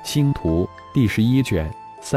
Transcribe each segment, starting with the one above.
星图第11卷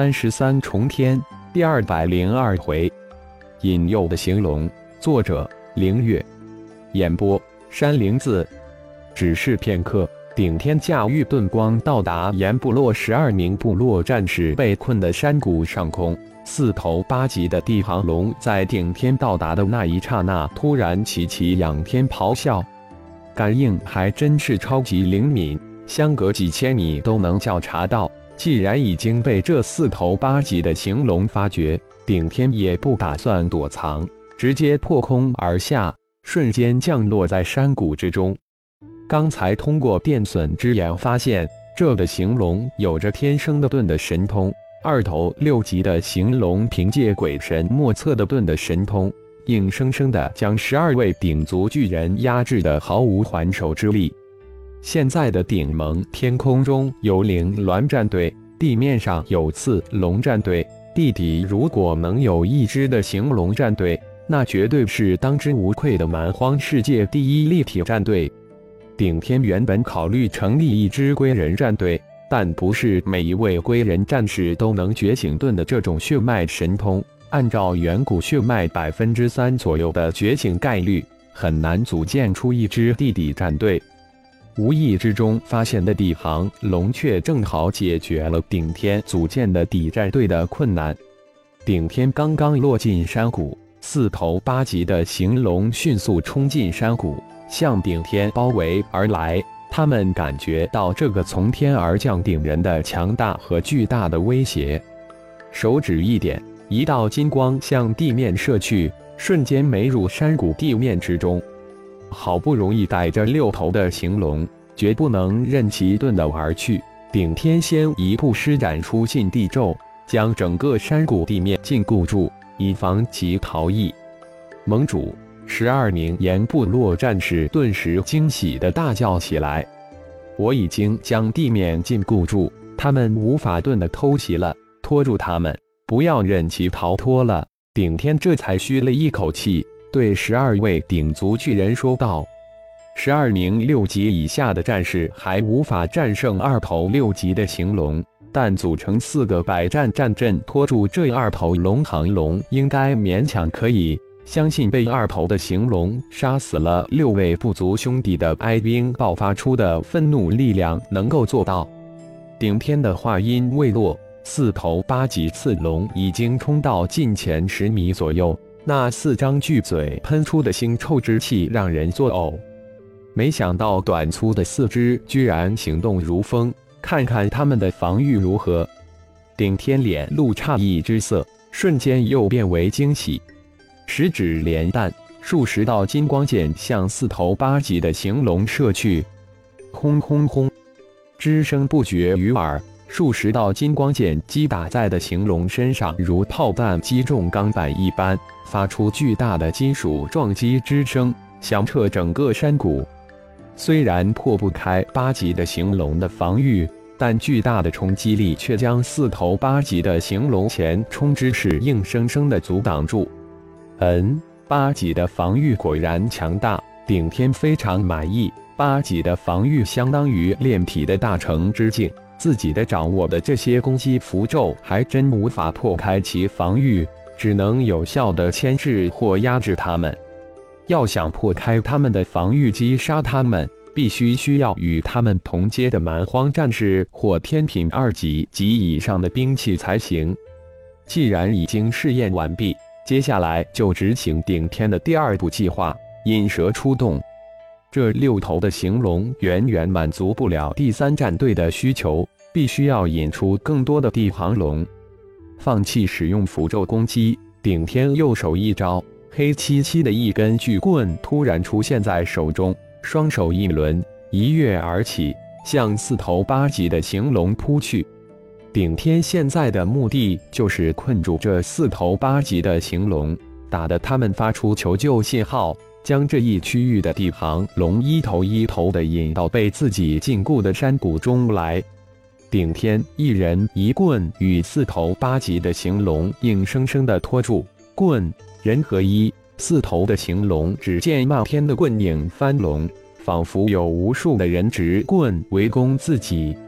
33重天第202回。引诱的行龙，作者凌月，演播山灵子。只是片刻，顶天驾驭遁光到达岩部落12名部落战士被困的山谷上空。4头8级的地行龙在顶天到达的那一刹那，突然齐仰天咆哮，感应还真是超级灵敏，相隔几千米都能觉察到。既然已经被这4头8级的行龙发觉，顶天也不打算躲藏，直接破空而下，瞬间降落在山谷之中。刚才通过电损之眼发现，这个行龙有着天生的遁的神通。2头6级的行龙凭借鬼神莫测的遁的神通，硬生生的将12位顶族巨人压制的毫无还手之力。现在的顶盟天空中有灵鸾战队，地面上有刺龙战队，地底如果能有一支的行龙战队，那绝对是当之无愧的蛮荒世界第一立体战队。顶天原本考虑成立一支归人战队，但不是每一位归人战士都能觉醒遁的这种血脉神通，按照远古血脉3%左右的觉醒概率，很难组建出一支地底战队。无意之中发现的地行龙却正好解决了顶天组建的底战队的困难。顶天刚刚落进山谷，4头8级的行龙迅速冲进山谷，向顶天包围而来。他们感觉到这个从天而降顶人的强大和巨大的威胁。手指一点，一道金光向地面射去，瞬间没入山谷地面之中。好不容易带着6头的行龙，绝不能任其遁的而去。顶天先一步施展出禁地咒，将整个山谷地面禁锢住，以防其逃逸。盟主，12名岩部落战士顿时惊喜地大叫起来：“我已经将地面禁锢住，他们无法遁的偷袭了，拖住他们，不要任其逃脱了。”顶天这才吁了一口气，对12位顶族巨人说道：“12名6级以下的战士还无法战胜2头6级的行龙，但组成4个百战战阵拖住这2头龙行龙，应该勉强可以。相信被2头的行龙杀死了6位部族兄弟的哀兵爆发出的愤怒力量能够做到。”顶天的话音未落，4头8级刺龙已经冲到近前10米左右，那4张巨嘴喷出的腥臭之气让人作呕。没想到短粗的4肢居然行动如风，看看他们的防御如何。顶天脸露诧异之色，瞬间又变为惊喜。食指连弹，数十道金光剑向4头8级的行龙射去。轰轰轰，之声不绝于耳，数十道金光剑击打在的行龙身上，如炮弹击中钢板一般，发出巨大的金属撞击之声，响彻整个山谷。虽然破不开8级的行龙的防御，但巨大的冲击力却将4头8级的行龙前冲之势硬生生地阻挡住。8级的防御果然强大，顶天非常满意。8级的防御相当于炼体的大成之境，自己的掌握的这些攻击符咒还真无法破开其防御，只能有效的牵制或压制他们。要想破开他们的防御，击杀他们，必须需要与他们同阶的蛮荒战士或天品2级及以上的兵器才行。既然已经试验完毕，接下来就执行顶天的第2步计划，引蛇出洞。这6头的行龙远远满足不了第3战队的需求，必须要引出更多的地行龙。放弃使用符咒攻击，顶天右手一招，黑漆漆的一根巨棍突然出现在手中，双手一轮，一跃而起，向4头8级的行龙扑去。顶天现在的目的就是困住这4头8级的行龙，打得他们发出求救信号，将这一区域的地行龙一头的引到被自己禁锢的山谷中来。顶天一人一棍与4头8级的行龙硬生生的拖住，棍人合一，4头的行龙只见漫天的棍影翻龙，仿佛有无数的人执棍围攻自己，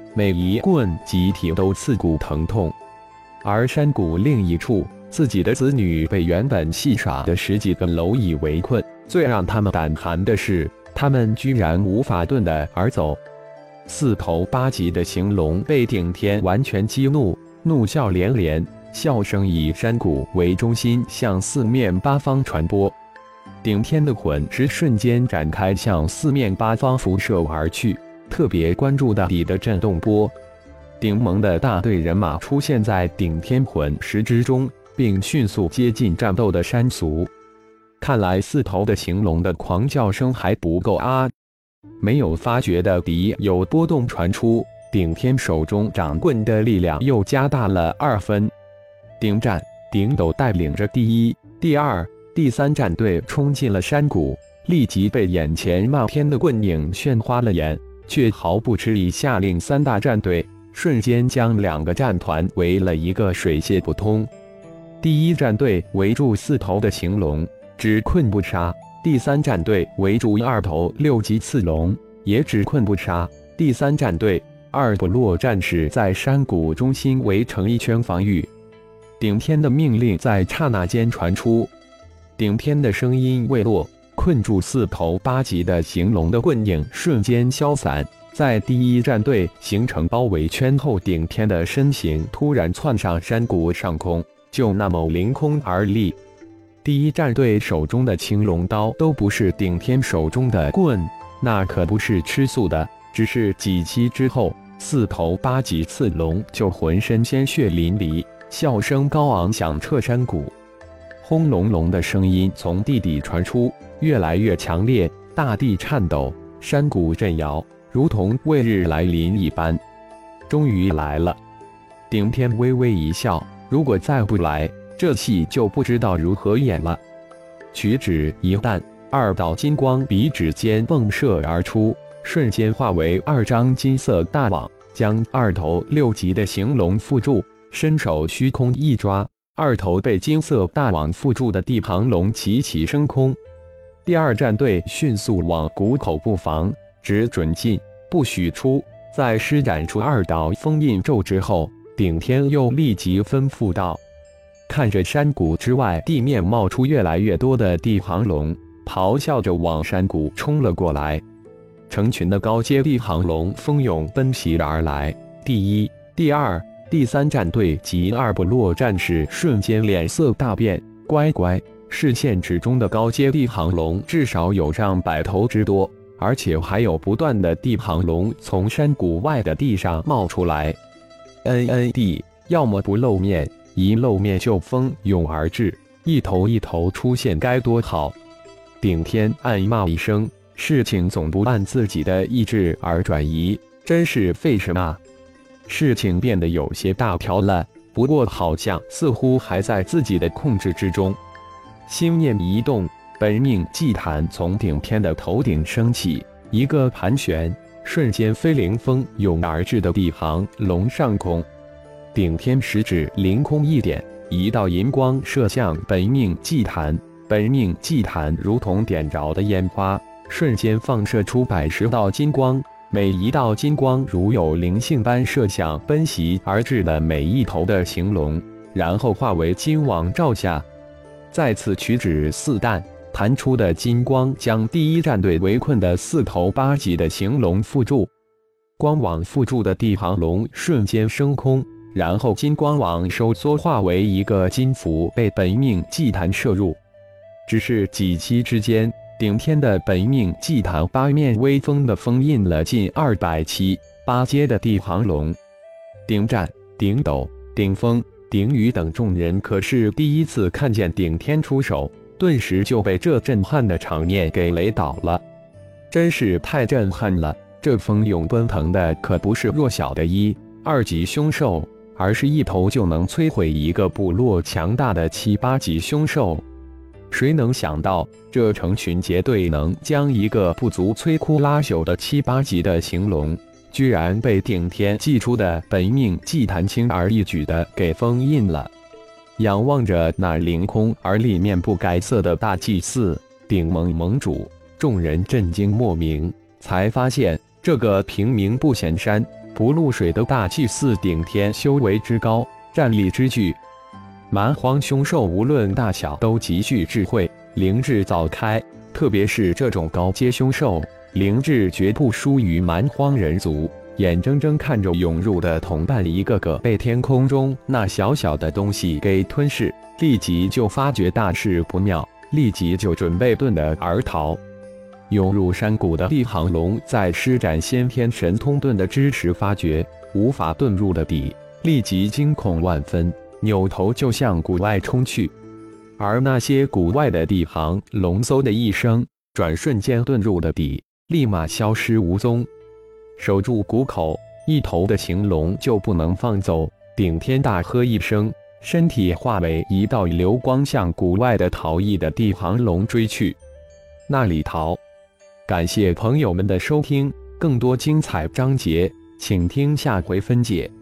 每一棍集体都刺骨疼痛。而山谷另一处，自己的子女被原本戏耍的10几个蝼蚁围困，最让他们胆寒的是，他们居然无法遁地而走。4头8脊的行龙被顶天完全激怒，怒笑连连，笑声以山谷为中心向四面八方传播。顶天的魂石瞬间展开，向四面八方辐射而去，特别关注大地的震动波。顶盟的大队人马出现在顶天魂石之中，并迅速接近战斗的山族。看来4头的行龙的狂叫声还不够啊！没有发觉的敌有波动传出，顶天手中掌棍的力量又加大了2分。顶战、顶斗带领着第1、第2、第3战队冲进了山谷，立即被眼前漫天的棍影炫花了眼，却毫不迟疑下令3大战队瞬间将2个战团围了一个水泄不通。第1战队围住4头的行龙，只困不杀；第3战队围住2头6级刺龙，也只困不杀。第3战队2部落战士在山谷中心围成一圈防御。顶天的命令在刹那间传出，顶天的声音未落，困住4头8级的行龙的棍影瞬间消散。在第1战队形成包围圈后，顶天的身形突然窜上山谷上空，就那么凌空而立。第1战队手中的青龙刀都不是顶天手中的棍，那可不是吃素的。只是几击之后，4头8级刺龙就浑身鲜血淋漓，笑声高昂响彻山谷。轰隆隆的声音从地底传出，越来越强烈，大地颤抖，山谷震摇，如同未日来临一般。终于来了！顶天微微一笑，如果再不来，这戏就不知道如何演了。取指一弹，2道金光彼指间迸射而出，瞬间化为2张金色大网，将2头6级的行龙缚住。伸手虚空一抓，2头被金色大网缚住的地庞龙齐齐升空。第2战队迅速往谷口布防，只准进不许出。在施展出2道封印咒之后，顶天又立即吩咐道：“看着山谷之外地面冒出越来越多的地庞龙，咆哮着往山谷冲了过来。成群的高阶地庞龙蜂拥奔袭而来，第1、第2、第3战队及2部落战士瞬间脸色大变。乖乖，视线之中的高阶地庞龙至少有上100头之多，而且还有不断的地庞龙从山谷外的地上冒出来。NND， 要么不露面，一露面就蜂拥而至，一头一头出现该多好！顶天暗骂一声，事情总不按自己的意志而转移，真是费神啊！事情变得有些大条了，不过好像似乎还在自己的控制之中。心念一动，本命祭坛从顶天的头顶升起，一个盘旋，瞬间飞临蜂涌而至的地庞龙上空。顶天食指凌空一点，一道银光射向本命祭坛，本命祭坛如同点着的烟花，瞬间放射出百10道金光，每一道金光如有灵性般射向奔袭而至的每一头的行龙，然后化为金网罩下。再次取指4弹，弹出的金光将第1战队围困的4头8级的行龙缚住。光网缚住的地庞龙瞬间升空，然后金光网收缩化为一个金符，被本命祭坛射入。只是几击之间，顶天的本命祭坛8面威风的封印了近278阶的地庞龙。顶战、顶斗、顶峰、顶宇等众人可是第一次看见顶天出手，顿时就被这震撼的场面给雷倒了。真是太震撼了！这蜂涌奔腾的可不是弱小的1、2级凶兽，而是一头就能摧毁一个部落强大的7、8级凶兽。谁能想到，这成群结队能将一个不足摧枯拉朽的7、8级的行龙，居然被顶天祭出的本命祭坛轻而易举的给封印了。仰望着那凌空而立、面不改色的大祭司顶盟盟主，众人震惊莫名，才发现这个平民不显山、 不露水的大祭司顶天修为之高，战力之巨。蛮荒凶兽无论大小都极具智慧，灵智早开，特别是这种高阶凶兽，灵智绝不输于蛮荒人族。眼睁睁看着涌入的同伴一个个被天空中那小小的东西给吞噬，立即就发觉大事不妙，立即就准备遁地而逃。涌入山谷的地行龙在施展先天神通遁的支持，发觉无法遁入的底，立即惊恐万分，扭头就向谷外冲去。而那些谷外的地行龙嗖的一声，转瞬间遁入的底，立马消失无踪。守住谷口，一头的行龙就不能放走，顶天大喝一声，身体化为一道流光，向谷外的逃逸的地行龙追去。那里逃！感谢朋友们的收听，更多精彩章节，请听下回分解。